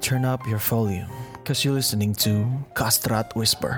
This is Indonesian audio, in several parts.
turn up your volume, cause you're listening to Kastrat Whisper.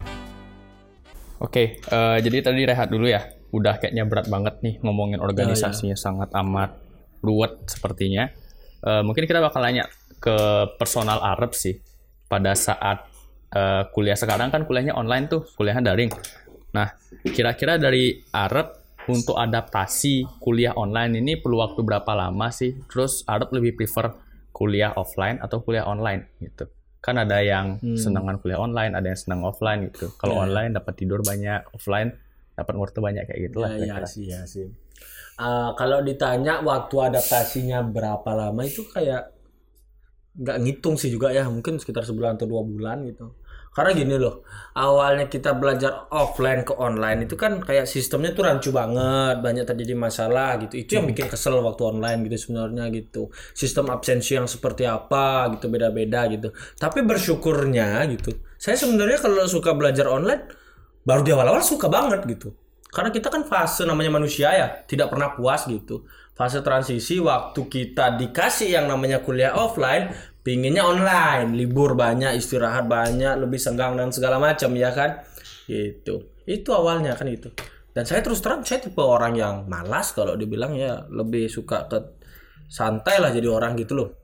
Oke, jadi tadi rehat dulu ya. Udah kayaknya berat banget nih ngomongin organisasinya, sangat amat ruwet sepertinya. Mungkin kita bakal nanya ke personal Arab sih. Pada saat kuliah sekarang kan kuliahnya online tuh, kuliahnya daring. Nah, kira-kira dari Arab untuk adaptasi kuliah online ini perlu waktu berapa lama sih? Terus Arab lebih prefer kuliah offline atau kuliah online gitu? Kan ada yang senangan kuliah online, ada yang senang offline gitu. Kalau online dapat tidur banyak, offline dapat waktu banyak kayak gitulah. Iya sih. Kalau ditanya waktu adaptasinya berapa lama itu kayak nggak ngitung sih juga ya, mungkin sekitar sebulan atau 2 bulan gitu. Karena gini loh, awalnya kita belajar offline ke online itu kan kayak sistemnya tuh rancu banget, banyak terjadi masalah gitu. Itu yang bikin kesel waktu online gitu sebenarnya gitu. Sistem absensi yang seperti apa gitu, beda-beda gitu. Tapi bersyukurnya gitu, saya sebenarnya kalau suka belajar online baru di awal-awal suka banget gitu. Karena kita kan fase namanya manusia ya, tidak pernah puas gitu. Fase transisi waktu kita dikasih yang namanya kuliah offline, pinginnya online, libur banyak, istirahat banyak, lebih senggang dan segala macam ya kan. Gitu. Itu awalnya kan itu. Dan saya terus terang saya tipe orang yang malas kalau dibilang ya, lebih suka ke santai lah jadi orang gitu loh.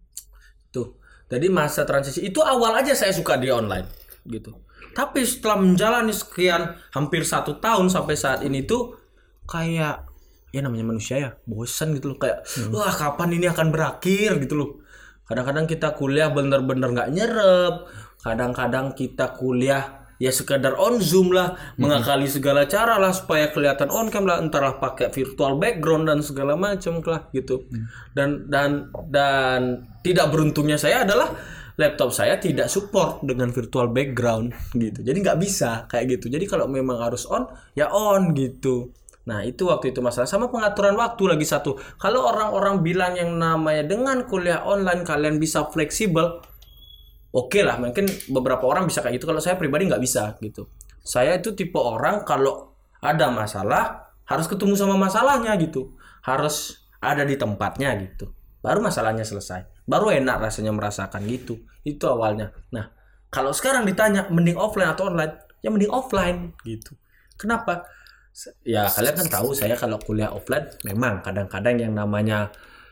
Tuh. Jadi masa transisi itu awal aja saya suka di online gitu. Tapi setelah menjalani sekian hampir 1 tahun sampai saat ini tuh kayak ya namanya manusia ya bosan gitu loh, kayak wah kapan ini akan berakhir gitu loh. Kadang-kadang kita kuliah bener-bener nggak nyerep, kadang-kadang kita kuliah ya sekedar on zoom lah, mengakali segala cara lah supaya kelihatan on cam lah, entahlah pakai virtual background dan segala macam lah gitu. Dan tidak beruntungnya saya adalah laptop saya tidak support dengan virtual background gitu. Jadi nggak bisa kayak gitu. Jadi kalau memang harus on, ya on gitu. Nah itu waktu itu masalah. Sama pengaturan waktu lagi satu. Kalau orang-orang bilang yang namanya dengan kuliah online kalian bisa fleksibel, oke lah. Mungkin beberapa orang bisa kayak gitu. Kalau saya pribadi nggak bisa gitu. Saya itu tipe orang kalau ada masalah harus ketemu sama masalahnya gitu. Harus ada di tempatnya gitu. Baru masalahnya selesai. Baru enak rasanya merasakan gitu. Itu awalnya. Nah, kalau sekarang ditanya mending offline atau online, ya mending offline gitu. Kenapa? Ya kalian kan tahu saya kalau kuliah offline memang kadang-kadang yang namanya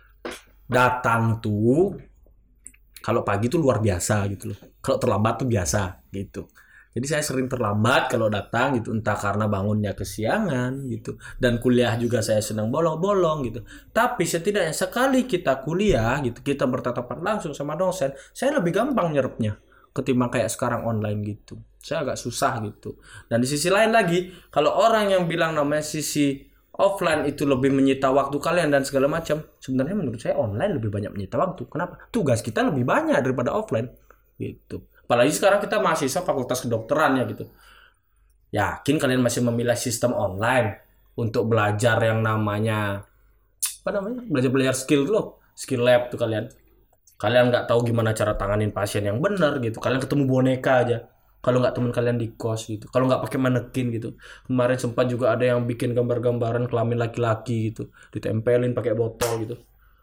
datang tuh kalau pagi tuh luar biasa gitu loh. Kalau terlambat tuh biasa gitu. Jadi saya sering terlambat kalau datang gitu, entah karena bangunnya kesiangan gitu. Dan kuliah juga saya senang bolong-bolong gitu. Tapi setidaknya sekali kita kuliah gitu, kita bertatapan langsung sama dosen, saya lebih gampang nyerapnya ketimbang kayak sekarang online gitu. Saya agak susah gitu. Dan di sisi lain lagi, kalau orang yang bilang namanya sisi offline itu lebih menyita waktu kalian dan segala macam, sebenarnya menurut saya online lebih banyak menyita waktu. Kenapa? Tugas kita lebih banyak daripada offline gitu. Apalagi sekarang kita mahasiswa fakultas kedokteran ya gitu. Yakin kalian masih memilih sistem online untuk belajar yang namanya belajar skill tuh loh, skill lab tuh kalian. Kalian nggak tahu gimana cara tanganin pasien yang benar gitu. Kalian ketemu boneka aja. Kalau nggak teman kalian di kos gitu. Kalau nggak pakai manekin gitu. Kemarin sempat juga ada yang bikin gambar-gambaran kelamin laki-laki gitu, ditempelin pakai botol gitu.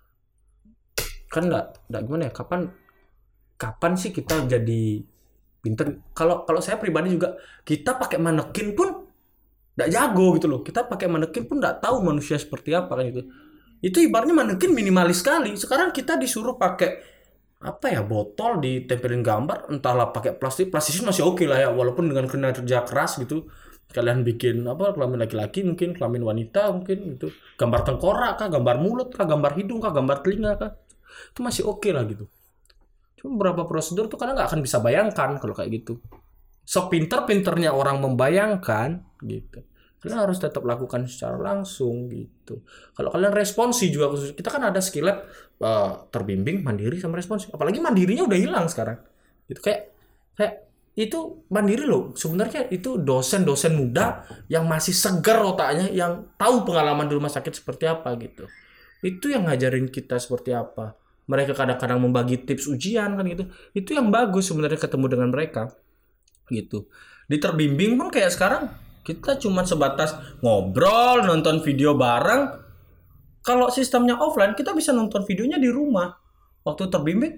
Kan nggak gimana ya? Kapan sih kita jadi pinter? Kalau saya pribadi juga, kita pakai manekin pun nggak jago gitu loh. Kita pakai manekin pun nggak tahu manusia seperti apa kan gitu. Itu ibaratnya manekin minimalis sekali. Sekarang kita disuruh pakai botol ditempelin gambar, entahlah pakai plastik masih oke lah ya, walaupun dengan kerja keras gitu. Kalian bikin kelamin laki-laki, mungkin kelamin wanita, mungkin itu gambar tengkorak kah, gambar mulut kah, gambar hidung kah, gambar telinga kah, itu masih oke lah gitu. Cuma beberapa prosedur tuh kalian nggak akan bisa bayangkan kalau kayak gitu. Sepinter-pinternya orang membayangkan gitu, kalian harus tetap lakukan secara langsung gitu. Kalau kalian responsi juga, kita kan ada skill lab terbimbing, mandiri sama responsi. Apalagi mandirinya udah hilang sekarang. Gitu kayak itu mandiri loh. Sebenarnya itu dosen-dosen muda yang masih segar otaknya, yang tahu pengalaman di rumah sakit seperti apa gitu. Itu yang ngajarin kita seperti apa. Mereka kadang-kadang membagi tips ujian kan gitu. Itu yang bagus sebenarnya ketemu dengan mereka gitu. Di terbimbing pun kayak sekarang kita cuma sebatas ngobrol, nonton video bareng. Kalau sistemnya offline, kita bisa nonton videonya di rumah. Waktu terbimbing,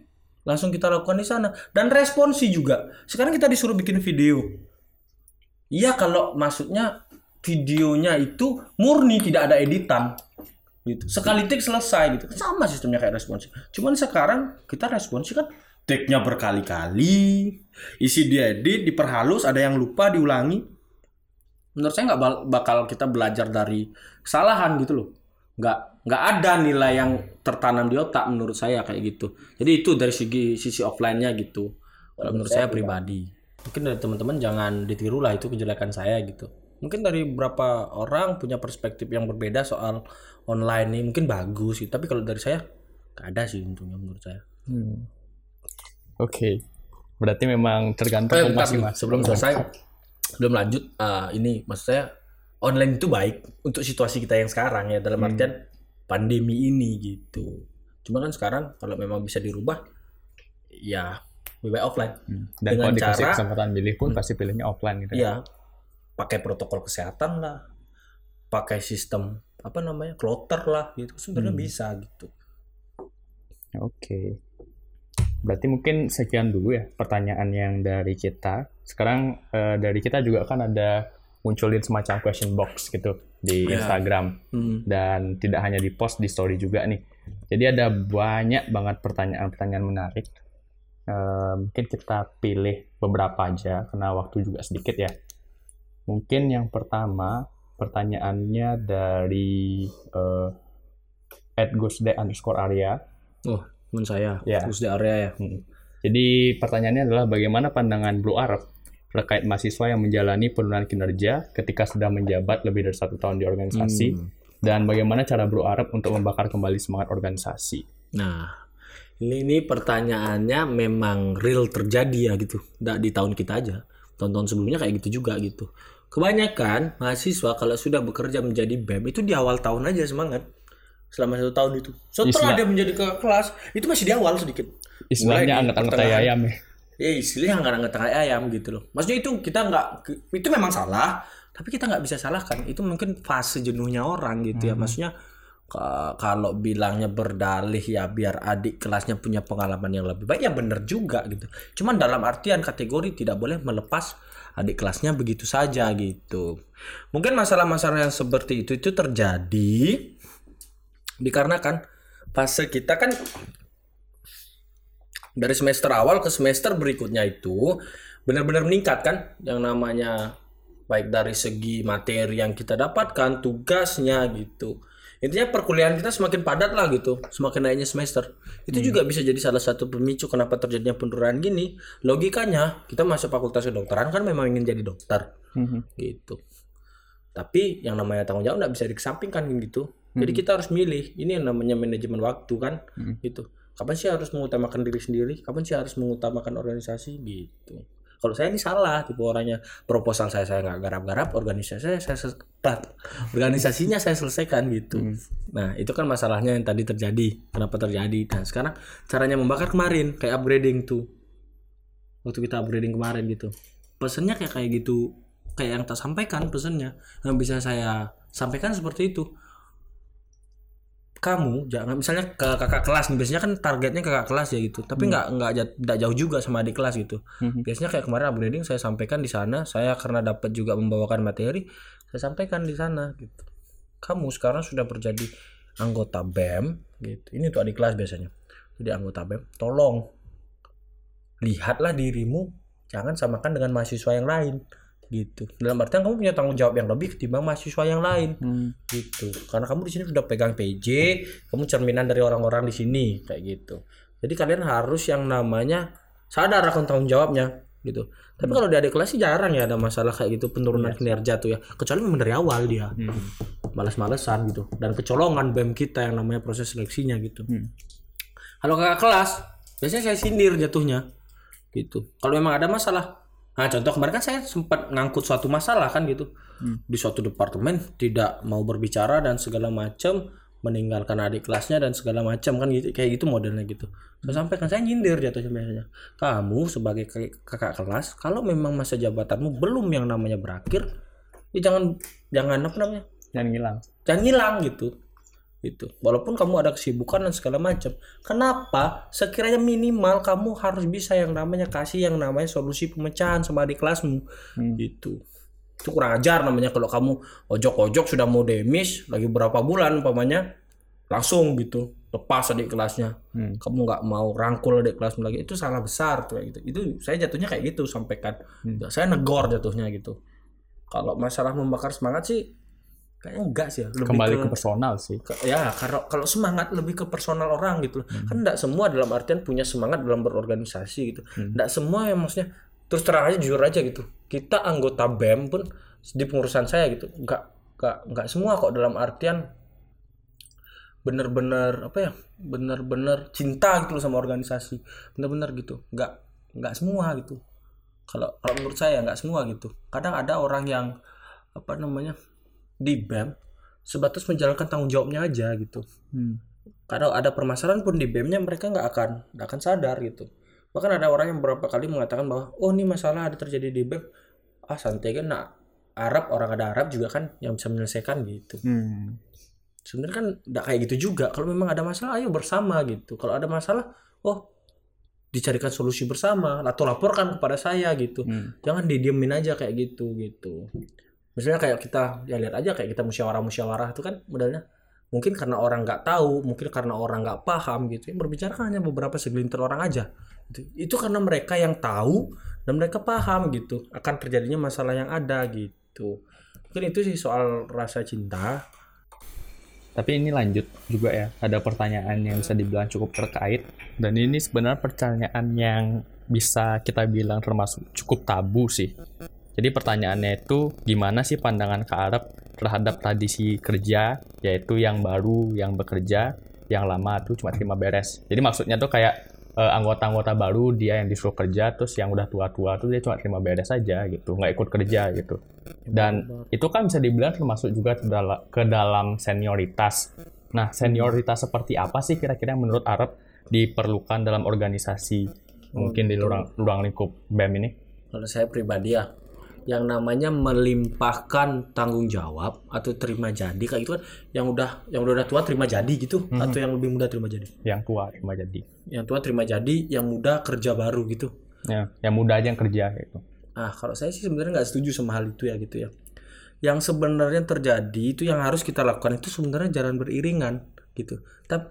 langsung kita lakukan di sana. Dan responsi juga. Sekarang kita disuruh bikin video. Iya, kalau maksudnya videonya itu murni, tidak ada editan gitu. Sekali take selesai gitu. Sama sistemnya kayak responsi. Cuman sekarang kita responsi kan take-nya berkali-kali, isi diedit, diperhalus, ada yang lupa diulangi. Menurut saya nggak bakal kita belajar dari kesalahan gitu loh. Nggak ada nilai yang tertanam di otak menurut saya kayak gitu. Jadi itu dari sisi offline-nya gitu. Kalau menurut saya pribadi. Mungkin dari teman-teman jangan ditiru lah, itu kejelekan saya gitu. Mungkin dari beberapa orang punya perspektif yang berbeda soal online ini mungkin bagus gitu. Tapi kalau dari saya nggak ada sih untungnya menurut saya. Oke. Berarti memang tergantung masing-masing. Sebelum selesai, belum lanjut. Ini maksud saya online itu baik untuk situasi kita yang sekarang ya, dalam artian pandemi ini gitu. Cuma kan sekarang kalau memang bisa dirubah, ya lebih baik offline. Dan dengan kalau dikasih cara kesempatan pilih pun pasti pilihnya offline gitu. ya pakai protokol kesehatan lah, pakai sistem kloter lah gitu. Sebenarnya bisa gitu. Oke. Berarti mungkin sekian dulu ya pertanyaan yang dari kita. Sekarang dari kita juga kan ada munculin semacam question box gitu di Instagram. Dan tidak hanya di post, di story juga nih. Jadi ada banyak banget pertanyaan-pertanyaan menarik. Mungkin kita pilih beberapa aja karena waktu juga sedikit ya. Mungkin yang pertama pertanyaannya dari @gusde_area. Oh, teman saya. Ya. Terus di area ya. Jadi pertanyaannya adalah bagaimana pandangan Blue Arab terkait mahasiswa yang menjalani penurunan kinerja ketika sudah menjabat lebih dari 1 tahun di organisasi, dan bagaimana cara Blue Arab untuk membakar kembali semangat organisasi. Nah, ini pertanyaannya memang real terjadi ya gitu. Nggak di tahun kita aja. Tahun-tahun sebelumnya kayak gitu juga gitu. Kebanyakan mahasiswa kalau sudah bekerja menjadi BEM itu di awal tahun aja semangat. Selama 1 tahun itu. Setelah dia menjadi ke kelas, itu masih di awal sedikit. Istilahnya anget-anget tai ayam ya. Ya istilahnya anget-anget tai ayam gitu loh. Maksudnya itu kita nggak, itu memang salah. Tapi kita nggak bisa salahkan. Itu mungkin fase jenuhnya orang gitu ya. Maksudnya kalau bilangnya berdalih ya biar adik kelasnya punya pengalaman yang lebih baik ya bener juga gitu. Cuman dalam artian kategori tidak boleh melepas adik kelasnya begitu saja gitu. Mungkin masalah-masalah yang seperti itu terjadi dikarenakan fase kita kan dari semester awal ke semester berikutnya itu benar-benar meningkat kan yang namanya baik dari segi materi yang kita dapatkan, tugasnya gitu. Intinya perkuliahan kita semakin padat lah gitu, semakin naiknya semester. Itu juga bisa jadi salah satu pemicu kenapa terjadinya penurunan gini. Logikanya kita masuk fakultas kedokteran kan memang ingin jadi dokter, gitu. Tapi yang namanya tanggung jawab nggak bisa dikesampingkan gitu. Jadi kita harus milih. Ini yang namanya manajemen waktu kan, gitu. Kapan sih harus mengutamakan diri sendiri? Kapan sih harus mengutamakan organisasi gitu. Kalau saya ini salah tipe orangnya. Proposal saya nggak garap-garap, organisasinya saya selesaikan gitu. Nah itu kan masalahnya yang tadi terjadi. Kenapa terjadi? Nah sekarang caranya membakar kemarin kayak upgrading tuh. Waktu kita upgrading kemarin gitu. Pesannya kayak gitu, kayak yang tak sampaikan pesannya. Yang bisa saya sampaikan seperti itu. Kamu jangan misalnya ke kakak kelas nih, biasanya kan targetnya kakak kelas ya gitu, tapi nggak jauh juga sama adik kelas gitu. Biasanya kayak kemarin upgrading saya sampaikan di sana, saya karena dapat juga membawakan materi, saya sampaikan di sana gitu. Kamu sekarang sudah menjadi anggota BEM gitu. Ini untuk adik kelas biasanya. Jadi anggota BEM, tolong lihatlah dirimu, jangan samakan dengan mahasiswa yang lain. Gitu. Dalam artian kamu punya tanggung jawab yang lebih ketimbang mahasiswa yang lain. Gitu. Karena kamu di sini sudah pegang PJ, kamu cerminan dari orang-orang di sini kayak gitu. Jadi kalian harus yang namanya sadar akan tanggung jawabnya gitu. Tapi kalau di adik kelas sih jarang ya ada masalah kayak gitu penurunan kinerja tuh ya. Kecuali memang dari awal dia. Malas-malesan gitu dan kecolongan BEM kita yang namanya proses seleksinya gitu. Kalau kakak kelas biasanya saya sindir jatuhnya gitu. Kalau memang ada masalah. Nah contoh kemarin kan saya sempat ngangkut suatu masalah kan gitu di suatu departemen tidak mau berbicara dan segala macam, meninggalkan adik kelasnya dan segala macam kan gitu, kayak gitu modelnya gitu. Saya sampaikan, saya nyindir jatuhnya biasanya. Kamu sebagai kakak kelas kalau memang masa jabatanmu belum yang namanya berakhir, ya jangan apa namanya? Jangan ngilang. Jangan ngilang gitu. gitu. Walaupun kamu ada kesibukan dan segala macam. Kenapa? Sekiranya minimal kamu harus bisa yang namanya kasih yang namanya solusi pemecahan sama adik kelasmu. Gitu. Itu kurang ajar namanya kalau kamu ojok-ojok sudah mau demis lagi berapa bulan umpamanya langsung gitu lepas adik kelasnya. Kamu nggak mau rangkul adik kelasmu lagi, itu salah besar tuh kayak gitu. Itu saya jatuhnya kayak gitu sampaikan. Saya negor jatuhnya gitu. Kalau masalah membakar semangat sih kayaknya enggak sih ya. Lebih Kembali ke personal sih. Ya kalau semangat lebih ke personal orang gitu loh. Kan enggak semua dalam artian punya semangat dalam berorganisasi gitu. Enggak semua yang maksudnya terus terang aja jujur aja gitu. Kita anggota BEM pun di pengurusan saya gitu. Enggak semua kok dalam artian bener-bener apa ya? Bener-bener cinta gitu loh sama organisasi. Bener-bener gitu. Enggak semua gitu. Kalau menurut saya enggak semua gitu. Kadang ada orang yang apa namanya? Di BEM sebatas menjalankan tanggung jawabnya aja gitu. Kalau ada permasalahan pun di BEM-nya mereka nggak akan sadar gitu. Bahkan ada orang yang beberapa kali mengatakan bahwa oh ini masalah ada terjadi di BEM, santai kan, nah orang ada Arab juga kan yang bisa menyelesaikan gitu. Sebenarnya kan nggak kayak gitu juga. Kalau memang ada masalah ayo bersama gitu. Kalau ada masalah dicarikan solusi bersama atau laporkan kepada saya gitu. Jangan didiemin aja kayak gitu. Misalnya kayak kita ya lihat aja kayak kita musyawarah itu kan modalnya mungkin karena orang nggak tahu, mungkin karena orang nggak paham gitu. Yang berbicara kan hanya beberapa segelintir orang aja. Itu karena mereka yang tahu dan mereka paham gitu akan terjadinya masalah yang ada gitu. Mungkin itu sih soal rasa cinta. Tapi ini lanjut juga ya, ada pertanyaan yang bisa dibilang cukup terkait dan ini sebenarnya pertanyaan yang bisa kita bilang termasuk cukup tabu sih. Jadi pertanyaannya itu gimana sih pandangan Kak Arep terhadap tradisi kerja, yaitu yang baru yang bekerja, yang lama tuh cuma terima beres. Jadi maksudnya tuh kayak anggota-anggota baru dia yang disuruh kerja, terus yang udah tua-tua tuh dia cuma terima beres aja gitu, nggak ikut kerja gitu. Dan itu kan bisa dibilang termasuk juga ke dalam senioritas. Nah, senioritas seperti apa sih kira-kira yang menurut Arep diperlukan dalam organisasi mungkin di ruang lingkup BEM ini? Kalau saya pribadi ya, yang namanya melimpahkan tanggung jawab atau terima jadi kayak gitu kan yang udah tua terima jadi gitu atau yang lebih muda terima jadi. Yang tua terima jadi. Yang tua terima jadi, yang muda kerja baru gitu. Ya, yang muda aja yang kerja gitu. Kalau saya sih sebenarnya nggak setuju sama hal itu ya gitu ya. Yang sebenarnya terjadi itu yang harus kita lakukan itu sebenarnya jalan beriringan gitu.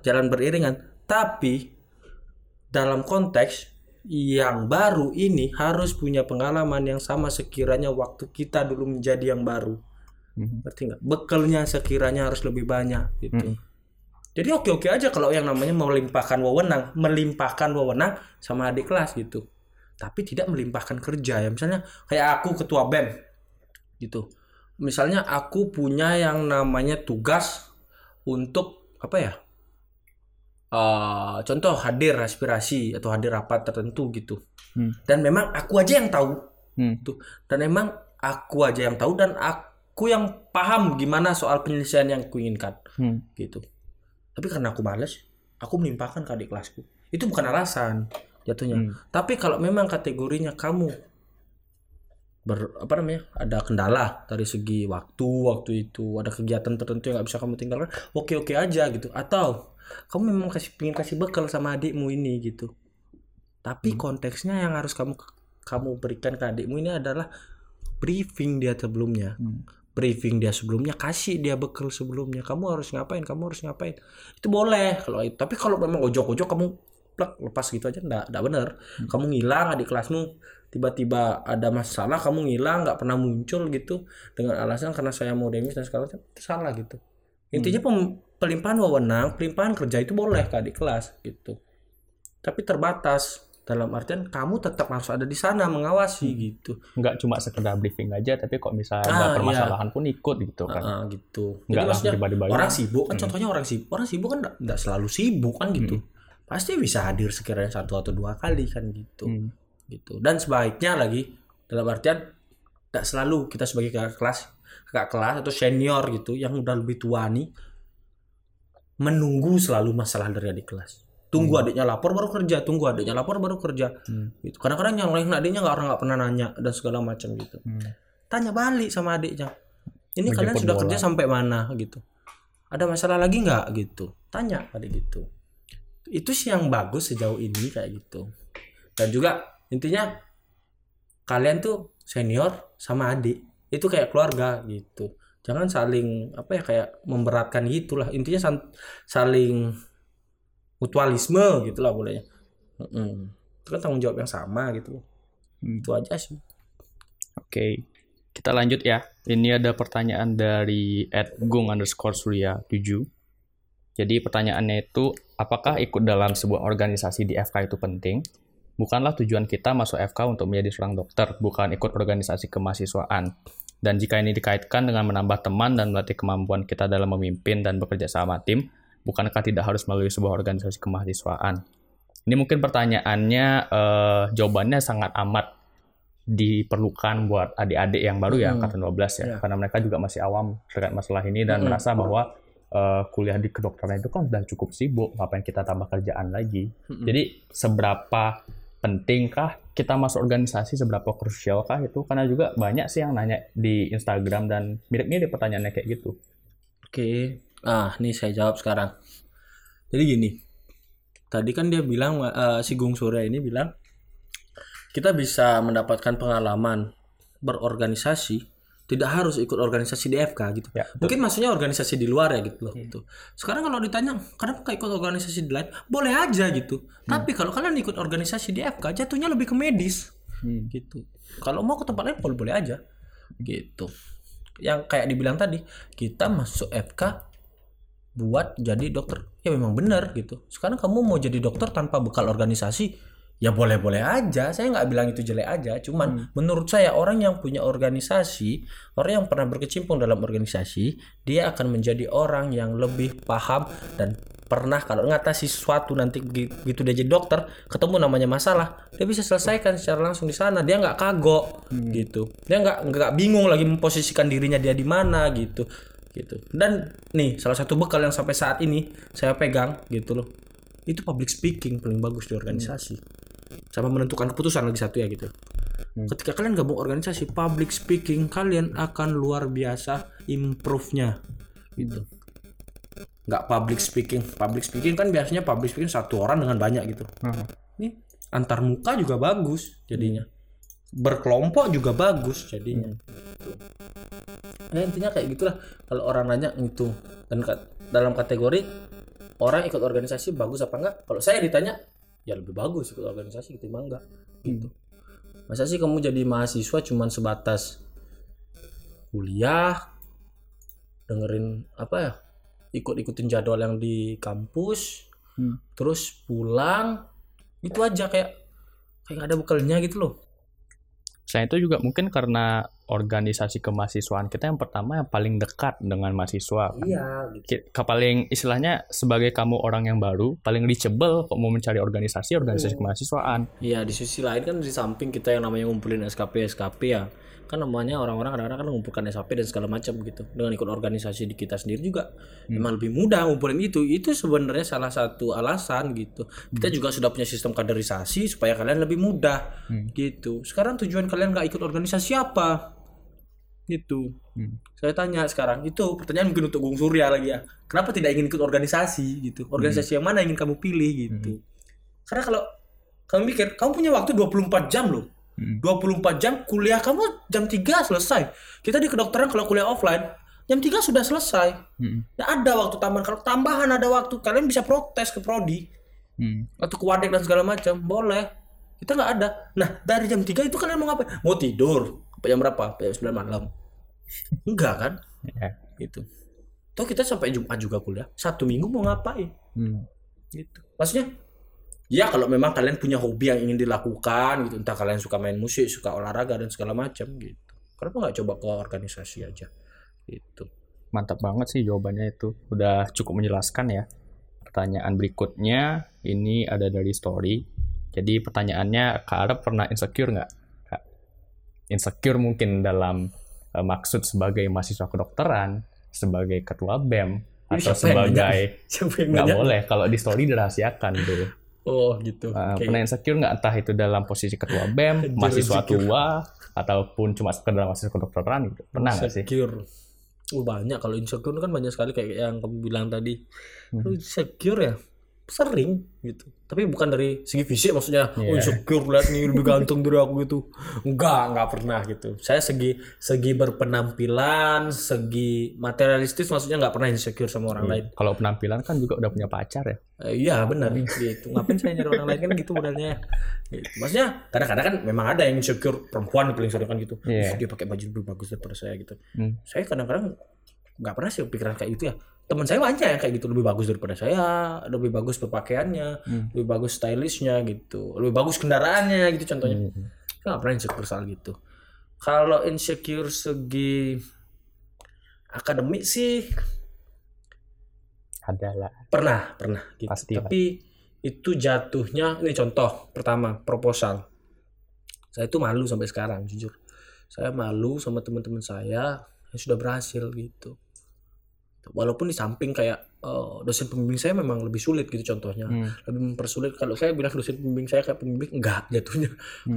Tapi dalam konteks yang baru ini harus punya pengalaman yang sama sekiranya waktu kita dulu menjadi yang baru. Berarti nggak? Bekalnya sekiranya harus lebih banyak gitu. Jadi oke aja kalau yang namanya melimpahkan wewenang sama adik kelas gitu. Tapi tidak melimpahkan kerja ya. Misalnya kayak aku ketua BEM gitu. Misalnya aku punya yang namanya tugas untuk apa ya? Contoh hadir aspirasi atau hadir rapat tertentu gitu. Dan memang aku aja yang tahu. Gitu. Dan memang aku aja yang tahu dan aku yang paham gimana soal penyelesaian yang kuinginkan. Gitu. Tapi karena aku malas, aku melimpahkan ke adik kelasku. Itu bukan alasan jatuhnya. Tapi kalau memang kategorinya kamu ada kendala dari segi waktu itu, ada kegiatan tertentu yang nggak bisa kamu tinggalkan, oke aja gitu. Atau kamu memang pengen kasih bekal sama adikmu ini gitu. Tapi konteksnya yang harus kamu berikan ke adikmu ini adalah briefing dia sebelumnya. Briefing dia sebelumnya, kasih dia bekal sebelumnya. Kamu harus ngapain. Itu boleh kalau itu. Tapi kalau memang ojok-ojok kamu lepas gitu aja enggak benar. Kamu ngilang adik kelasmu tiba-tiba ada masalah, kamu ngilang enggak pernah muncul gitu dengan alasan karena saya mau demis dan segala macam. Itu salah gitu. Intinya pelimpahan wewenang, pelimpahan kerja itu boleh ke adik kelas gitu. Tapi terbatas. Dalam artian kamu tetap harus ada di sana mengawasi gitu. Nggak cuma sekedar briefing aja, tapi kok misalnya ada permasalahan pun ikut gitu kan. Gitu. Nggak langsung maksudnya orang sibuk kan contohnya orang sibuk kan nggak selalu sibuk kan gitu. Pasti bisa hadir sekiranya 1 atau 2 kali kan gitu. Gitu. Dan sebaiknya lagi dalam artian nggak selalu kita sebagai kakak kelas atau senior gitu yang udah lebih tua nih menunggu selalu masalah dari adik kelas. Tunggu adiknya lapor baru kerja, gitu. Kadang-kadang yang lain adiknya nggak pernah nanya dan segala macam gitu. Tanya balik sama adiknya. Ini kalian sudah kerja sampai mana gitu. ada masalah lagi nggak gitu, tanya pada gitu. Itu sih yang bagus sejauh ini kayak gitu. Dan juga intinya kalian tuh senior sama adik itu kayak keluarga gitu, jangan saling apa ya, kayak memberatkan gitulah. Intinya saling mutualisme gitulah bolehnya. Itu kan tanggung jawab yang sama gitu. Itu aja sih. Oke, kita lanjut ya. Ini ada pertanyaan dari @gung_surya7. Jadi pertanyaannya itu, apakah ikut dalam sebuah organisasi di FK itu penting? Bukanlah tujuan kita masuk FK untuk menjadi seorang dokter, bukan ikut organisasi kemahasiswaan. Dan jika ini dikaitkan dengan menambah teman dan melatih kemampuan kita dalam memimpin dan bekerja sama tim, bukankah tidak harus melalui sebuah organisasi kemahasiswaan? Ini mungkin pertanyaannya, jawabannya sangat amat diperlukan buat adik-adik yang baru ya, angkatan 12 ya. Karena mereka juga masih awam terkait masalah ini dan merasa bahwa kuliah di kedokteran itu kan sudah cukup sibuk, ngapain kita tambah kerjaan lagi. Jadi seberapa pentingkah kita masuk organisasi, seberapa krusialkah itu? Karena juga banyak sih yang nanya di Instagram dan mirip-mirip pertanyaannya kayak gitu. Oke, nih saya jawab sekarang. Jadi gini, tadi kan dia bilang, si Gung Surya ini bilang, kita bisa mendapatkan pengalaman berorganisasi, tidak harus ikut organisasi di FK gitu. Ya, mungkin maksudnya organisasi di luar ya gitu loh. Gitu. Sekarang kalau ditanya, kenapa nggak ikut organisasi di lain? Boleh aja gitu. Tapi kalau kalian ikut organisasi di FK, jatuhnya lebih ke medis. Gitu. Kalau mau ke tempat lain boleh aja. Gitu. Yang kayak dibilang tadi, kita masuk FK buat jadi dokter. Ya memang benar gitu. Sekarang kamu mau jadi dokter tanpa bekal organisasi, ya boleh-boleh aja. Saya nggak bilang itu jelek aja. Cuman menurut saya orang yang punya organisasi, orang yang pernah berkecimpung dalam organisasi, dia akan menjadi orang yang lebih paham dan pernah kalau ngatasi sesuatu nanti gitu dia jadi dokter, ketemu namanya masalah, dia bisa selesaikan secara langsung di sana. Dia nggak kagok gitu. Dia nggak bingung lagi memposisikan dirinya dia di mana gitu. Dan nih salah satu bekal yang sampai saat ini saya pegang gitu loh. Itu public speaking paling bagus di organisasi. Sama menentukan keputusan lagi satu ya gitu. Ketika kalian gabung organisasi, public speaking kalian akan luar biasa improve-nya gitu. Nggak public speaking kan biasanya public speaking satu orang dengan banyak gitu. Ini antar muka juga bagus jadinya. Berkelompok juga bagus jadinya. Nah, intinya kayak gitulah. Kalau orang nanya itu, dan dalam kategori orang ikut organisasi bagus apa enggak? Kalau saya ditanya, ya lebih bagus ikut organisasi ketimbang enggak gitu. Masa sih kamu jadi mahasiswa cuman sebatas kuliah, dengerin apa ya, ikut-ikutin jadwal yang di kampus, terus pulang, itu aja kayak nggak ada bekalnya gitu loh. Selain itu juga mungkin karena organisasi kemahasiswaan kita yang pertama yang paling dekat dengan mahasiswa. Iya. Gitu. Paling istilahnya sebagai kamu orang yang baru, paling reachable kalau mau mencari organisasi kemahasiswaan. Iya, di sisi lain kan di samping kita yang namanya ngumpulin SKP ya, kan namanya orang-orang kadang-kadang kan mengumpulkan SKP dan segala macam gitu. Dengan ikut organisasi di kita sendiri juga memang lebih mudah ngumpulin itu. Itu sebenarnya salah satu alasan gitu. Kita juga sudah punya sistem kaderisasi supaya kalian lebih mudah gitu. Sekarang tujuan kalian nggak ikut organisasi apa? Gitu. Saya tanya sekarang, itu pertanyaan mungkin untuk Gung Surya lagi ya. Kenapa tidak ingin ikut organisasi gitu? Organisasi yang mana yang ingin kamu pilih gitu? Karena kalau kamu mikir, kamu punya waktu 24 jam loh. 24 jam kuliah kamu jam 3 selesai. Kita di kedokteran kalau kuliah offline jam 3 sudah selesai. Nah, ada waktu tambahan. Kalau tambahan ada waktu, kalian bisa protes ke prodi. Atau ke wadek dan segala macam, boleh. Kita nggak ada. Nah, dari jam 3 itu kalian mau ngapain? Mau tidur. Sampai jam berapa? Sampai 9 malam. Enggak kan? Gitu. Toh kita sampai Jumat juga kuliah. 1 minggu mau ngapain? Gitu. Maksudnya ya kalau memang kalian punya hobi yang ingin dilakukan gitu, entah kalian suka main musik, suka olahraga dan segala macam gitu, kenapa nggak coba ke organisasi aja gitu. Mantap banget sih jawabannya, itu udah cukup menjelaskan ya. Pertanyaan berikutnya ini ada dari story. Jadi pertanyaannya, Kak Arep pernah insecure nggak? Kak? Insecure mungkin dalam maksud sebagai mahasiswa kedokteran, sebagai ketua BEM, atau sebagai nggak boleh kalau di story dirahasiakan dulu. Oh gitu. Pernah insecure nggak, entah itu dalam posisi ketua BEM, mahasiswa tua, ataupun cuma sekedar mahasiswa kedokteran gitu? Pernah nggak sih? Banyak. Kalau insecure kan banyak sekali kayak yang kamu bilang tadi. Kalau insecure ya sering gitu. Tapi bukan dari segi fisik maksudnya. Oh insecure lihat nih lebih ganteng dari aku gitu. Enggak pernah gitu. Saya segi berpenampilan, segi materialistis maksudnya nggak pernah insecure sama orang lain. Kalau penampilan kan juga udah punya pacar ya. Iya benar gitu. Ngapain saya nyari orang lain kan gitu modelnya. Gitu. Maksudnya kadang-kadang kan memang ada yang insecure perempuan paling sering kan gitu. Dia pakai baju lebih bagus daripada saya gitu. Saya kadang-kadang nggak pernah sih pikiran kayak gitu ya. Teman saya banyak yang kayak gitu, lebih bagus daripada saya, lebih bagus berpakaiannya, lebih bagus stylishnya gitu, lebih bagus kendaraannya gitu contohnya. Nggak pernah insecure soal gitu. Kalau insecure segi akademik sih Adalah. pernah gitu. Pasti, Tapi itu jatuhnya, ini contoh pertama proposal. Saya itu malu sampai sekarang jujur. Saya malu sama teman-teman saya yang sudah berhasil gitu. Walaupun di samping kayak dosen pembimbing saya memang lebih sulit gitu contohnya, lebih mempersulit. Kalau saya bilang dosen pembimbing saya kayak pembimbing, enggak jatuhnya.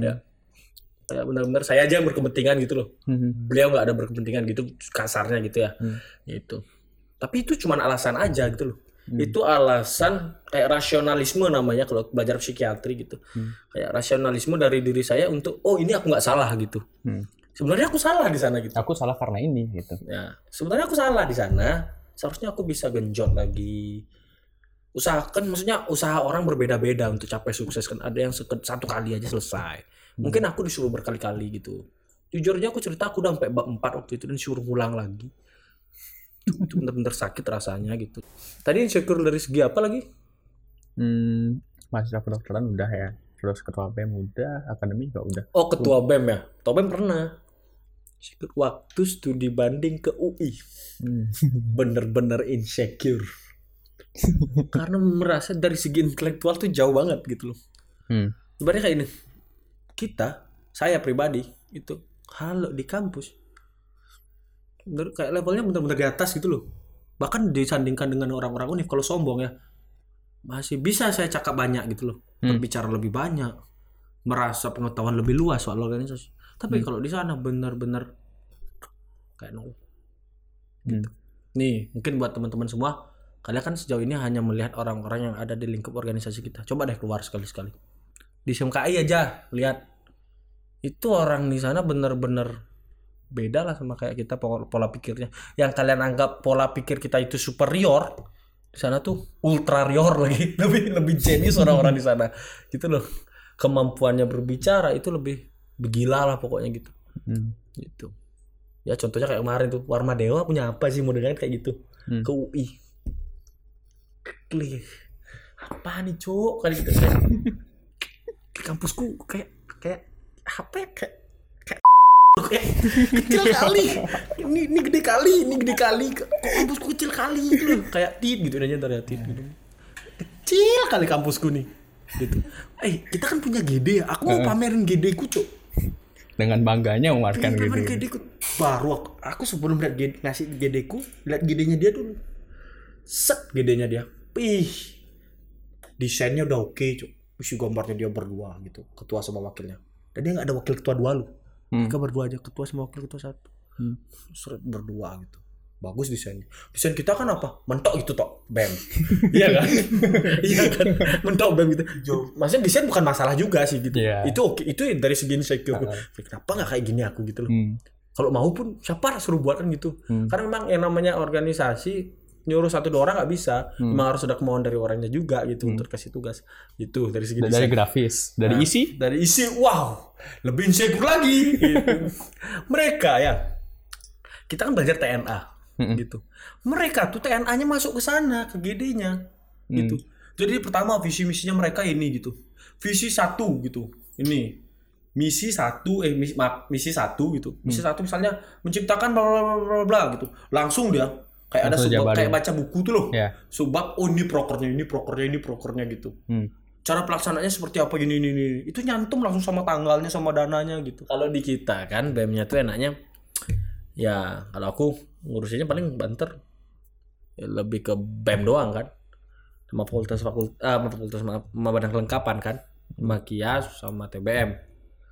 Kayak benar-benar saya aja yang berkepentingan gitu loh. Beliau nggak ada berkepentingan gitu kasarnya gitu ya. Gitu. Tapi itu cuma alasan aja gitu loh. Itu alasan kayak rasionalisme namanya kalau belajar psikiatri gitu. Kayak rasionalisme dari diri saya untuk ini aku nggak salah gitu. Sebenarnya aku salah di sana gitu. Aku salah karena ini gitu. Ya, sebenarnya aku salah di sana. Seharusnya aku bisa genjot lagi. Usahakan, maksudnya usaha orang berbeda-beda untuk capai sukses kan. Ada yang satu kali aja selesai. Mungkin aku disuruh berkali-kali gitu. Jujur aja aku cerita aku udah sampai bab 4 waktu itu dan disuruh ngulang lagi. Itu bener-bener sakit rasanya gitu. Tadi insecure dari segi apa lagi? Mahasiswa kedokteran udah ya. Terus ketua BEM udah, akademik juga udah. Oh ketua BEM ya. Ketua BEM pernah. Waktu studi banding ke UI. Bener-bener insecure. Karena merasa dari segi intelektual tuh jauh banget gitu loh. Ibaratnya kayak ini. Saya pribadi itu kalau di kampus kayak levelnya bener-bener di atas gitu loh. Bahkan disandingkan dengan orang-orang univ, kalau sombong ya masih bisa saya cakap banyak gitu loh. Berbicara lebih banyak, merasa pengetahuan lebih luas soal organisasi. Tapi kalau di sana benar-benar kayak nol. Gitu. Nih, mungkin buat teman-teman semua, kalian kan sejauh ini hanya melihat orang-orang yang ada di lingkup organisasi kita. Coba deh keluar sekali-sekali. Di SMKI aja lihat. Itu orang di sana benar-benar beda lah sama kayak kita pola pikirnya. Yang kalian anggap pola pikir kita itu superior, di sana tuh ultrarior lagi. Lebih jenius orang-orang di sana. Gitu loh. Kemampuannya berbicara itu lebih gila lah pokoknya gitu. Gitu. Ya contohnya kayak kemarin tuh Warma Dewa punya apa sih modelnya kayak gitu. Ke UI. Apa nih cuk kali gitu kayak di kampusku kayak apa ya kayak kecil kali. Ini gede kali. Kok kampusku kecil kali gitu. Kayak tit gitu aja ntar ya tit gitu. Kecil kali kampusku nih. Gitu. Kita kan punya GD ya. Aku mau pamerin GD ku cuk. Dengan bangganya memarkan gitu. GD ku baru aku sebelum lihat ngasih GD ku, lihat GD-nya dia dulu. Set GD-nya dia. Desainnya udah oke, cuk. Isi gambarnya dia berdua gitu, ketua sama wakilnya. Dan dia enggak ada wakil ketua dua lu. Mereka berdua aja, ketua sama wakil ketua satu. Seret berdua gitu. Bagus desainnya. Desain kita kan apa? Mentok gitu tok, BEM. Iya kan? Iya kan? Mentok BEM gitu. Maksudnya desain bukan masalah juga sih gitu. Yeah. Itu oke, itu dari segi insecure. Kenapa enggak kayak gini aku gitu loh. Kalau mau pun siapa suruh buat kan gitu. Karena memang yang namanya organisasi nyuruh 1-2 orang nggak bisa, memang harus ada kemauan dari orangnya juga gitu untuk kasih tugas. Itu dari segi dari grafis, dari isi, wow, lebih insecure lagi. Gitu. Mereka ya, kita kan belajar TNA, gitu. Mereka tuh TNA-nya masuk ke sana, ke GD-nya, gitu. Jadi pertama visi misinya mereka ini gitu, visi 1 gitu, ini. Misi 1 gitu. Misi 1 misalnya menciptakan bla bla bla bla gitu. Langsung dia kayak ada subbab kayak baca buku tuh loh. Yeah. Subbab ini prokernya gitu. Cara pelaksanaannya seperti apa gini. Itu nyantum langsung sama tanggalnya sama dananya gitu. Kalau di kita kan BEM-nya tuh enaknya ya kalau aku ngurusinnya paling banter ya, lebih ke BEM doang kan. Sama fakultas sama badan kelengkapan kan. Sama KIAS sama TBM.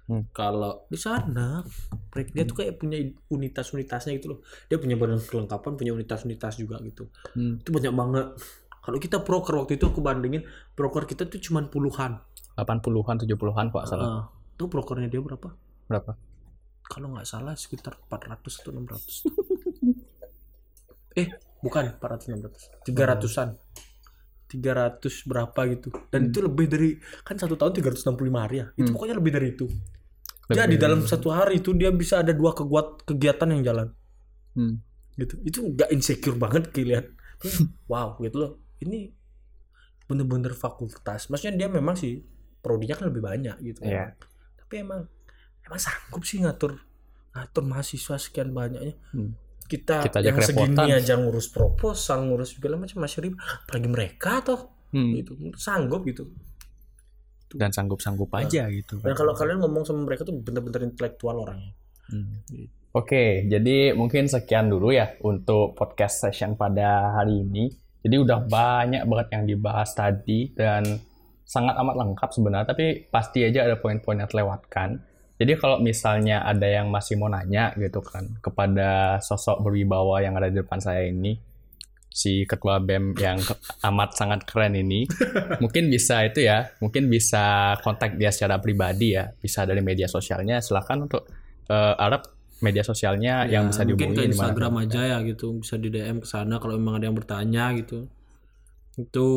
Kalau di sana dia tuh kayak punya unitas-unitasnya gitu loh. Dia punya badan kelengkapan, punya unitas-unitas juga gitu. Itu banyak banget. Kalau kita broker waktu itu aku bandingin, broker kita tuh cuma puluhan. 80-an, 70-an kok salah. Tuh brokernya dia berapa? Berapa? Kalau nggak salah sekitar 400 atau 600. Bukan 400 600. 300-an. 300 berapa gitu. Dan itu lebih dari, kan 1 tahun 365 hari ya. Itu pokoknya lebih dari itu. Jadi dalam 1 hari itu dia bisa ada 2 kegiatan yang jalan. Gitu. Itu nggak insecure banget kalian. Wow gitu loh. Ini bener-bener fakultas. Maksudnya dia memang sih prodinya kan lebih banyak gitu. Iya. Tapi emang sanggup sih ngatur mahasiswa sekian banyaknya. Kita aja yang kerepotan. segini aja ngurus proposal, ngurus segala macam masih ribet. Apalagi mereka toh. Gitu. Sanggup gitu. Dan sanggup-sanggup aja gitu. Dan kalau kalian ngomong sama mereka tuh bener-bener intelektual orangnya. Oke, jadi mungkin sekian dulu ya untuk podcast session pada hari ini. Jadi udah banyak banget yang dibahas tadi dan sangat amat lengkap sebenarnya, tapi pasti aja ada poin-poin yang terlewatkan. Jadi kalau misalnya ada yang masih mau nanya gitu kan kepada sosok berwibawa yang ada di depan saya ini, si ketua BEM yang amat sangat keren ini, mungkin bisa kontak dia secara pribadi ya, bisa dari media sosialnya. Silakan untuk Arab media sosialnya yang bisa dihubungi mungkin ke di mana. Instagram aja ya gitu, bisa di DM ke sana kalau memang ada yang bertanya gitu. Itu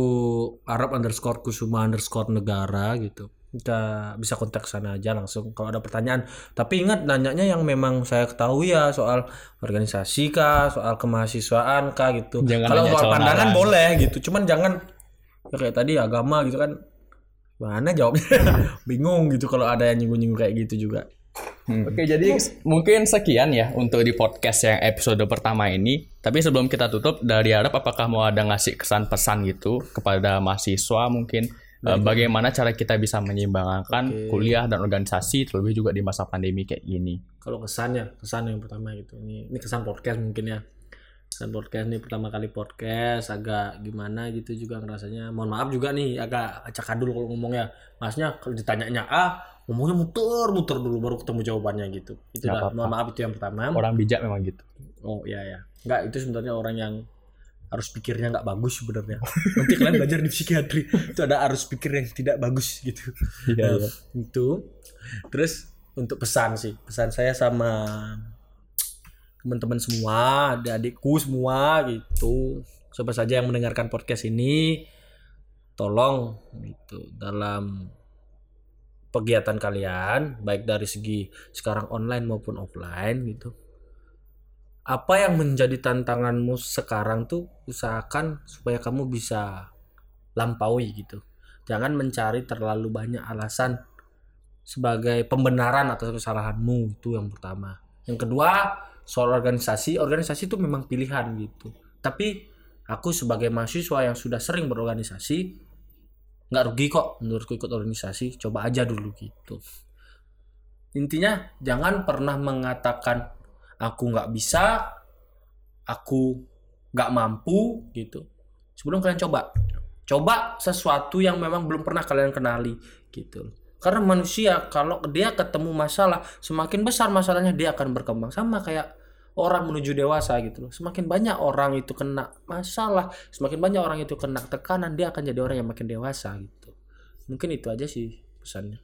Arab_Kusuma_negara gitu. Kita bisa kontak sana aja langsung kalau ada pertanyaan. Tapi ingat nanyanya yang memang saya ketahui ya, soal organisasi kah, soal kemahasiswaan kah gitu. Jangan Kalau nanya soal soal pandangan nalar. boleh gitu, cuman jangan ya kayak tadi agama gitu kan. Mana jawabnya? Bingung gitu kalau ada yang nyinggung-nyinggung kayak gitu juga. Oke, jadi mungkin sekian ya untuk di podcast yang episode pertama ini. Tapi sebelum kita tutup, dari Arab apakah mau ada ngasih kesan pesan gitu kepada mahasiswa mungkin bagaimana cara kita bisa menyeimbangkan kuliah dan organisasi terlebih juga di masa pandemi kayak gini. Kalau kesan yang pertama gitu. Ini kesan podcast mungkin ya. Kesan podcast nih pertama kali podcast agak gimana gitu juga ngerasanya. Mohon maaf juga nih agak acak-adul kalau ngomongnya. Maksudnya kalau ditanyanya ngomongnya muter dulu baru ketemu jawabannya gitu. Itu lah. Mohon maaf itu yang pertama. Orang bijak memang gitu. Oh iya. Enggak, itu sebenarnya orang yang arus pikirnya nggak bagus sebenarnya. Nanti kalian belajar di psikiatri itu ada arus pikir yang tidak bagus gitu. Iya. Itu. Terus untuk pesan saya sama teman-teman semua, adik-adikku semua gitu. Siapa saja yang mendengarkan podcast ini, tolong gitu dalam kegiatan kalian, baik dari segi sekarang online maupun offline gitu. Apa yang menjadi tantanganmu sekarang tuh usahakan supaya kamu bisa lampaui gitu. Jangan mencari terlalu banyak alasan sebagai pembenaran atas kesalahanmu, itu yang pertama. Yang kedua, soal organisasi itu memang pilihan gitu. Tapi aku sebagai mahasiswa yang sudah sering berorganisasi, nggak rugi kok menurutku ikut organisasi, coba aja dulu gitu. Intinya jangan pernah mengatakan aku nggak bisa, aku nggak mampu gitu. Sebelum kalian coba sesuatu yang memang belum pernah kalian kenali gitu. Karena manusia kalau dia ketemu masalah, semakin besar masalahnya dia akan berkembang. Sama kayak orang menuju dewasa gitu loh. Semakin banyak orang itu kena masalah, semakin banyak orang itu kena tekanan, dia akan jadi orang yang makin dewasa gitu. Mungkin itu aja sih pesannya.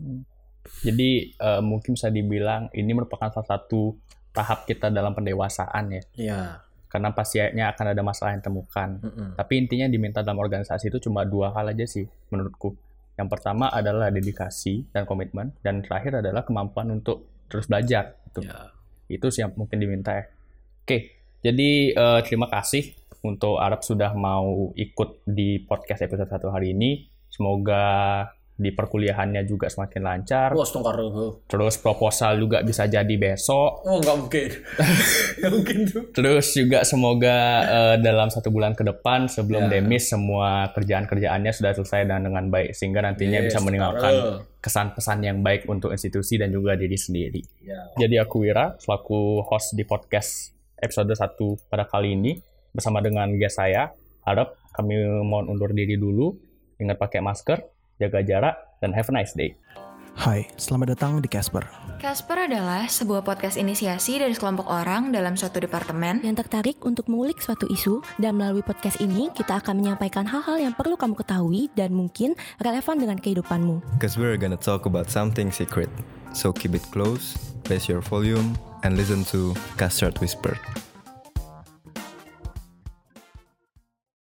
Jadi mungkin bisa dibilang ini merupakan salah satu tahap kita dalam pendewasaan ya. Iya. Karena pastinya akan ada masalah yang temukan. Tapi intinya diminta dalam organisasi itu cuma 2 hal aja sih menurutku. Yang pertama adalah dedikasi dan komitmen, dan terakhir adalah kemampuan untuk terus belajar. Gitu. Ya. Itu sih yang mungkin diminta ya. Oke, jadi terima kasih untuk Arab sudah mau ikut di podcast episode 1 hari ini. Semoga di perkuliahannya juga semakin lancar. Terus proposal juga bisa jadi besok. Oh, nggak mungkin. Nggak mungkin tuh. Terus juga semoga dalam 1 bulan ke depan sebelum demis semua kerjaan-kerjaannya sudah selesai dan dengan baik. Sehingga nantinya bisa meninggalkan kesan-pesan yang baik untuk institusi dan juga diri sendiri. Jadi aku Wira, selaku host di podcast episode 1 pada kali ini. Bersama dengan guest saya, Arab, kami mohon undur diri dulu. Ingat pakai masker, jaga jarak, dan have a nice day. Hai, selamat datang di Casper. Casper adalah sebuah podcast inisiasi dari sekelompok orang dalam suatu departemen yang tertarik untuk mengulik suatu isu, dan melalui podcast ini kita akan menyampaikan hal-hal yang perlu kamu ketahui dan mungkin relevan dengan kehidupanmu. Because we're gonna talk about something secret. So keep it close, raise your volume, and listen to Custard Whisper.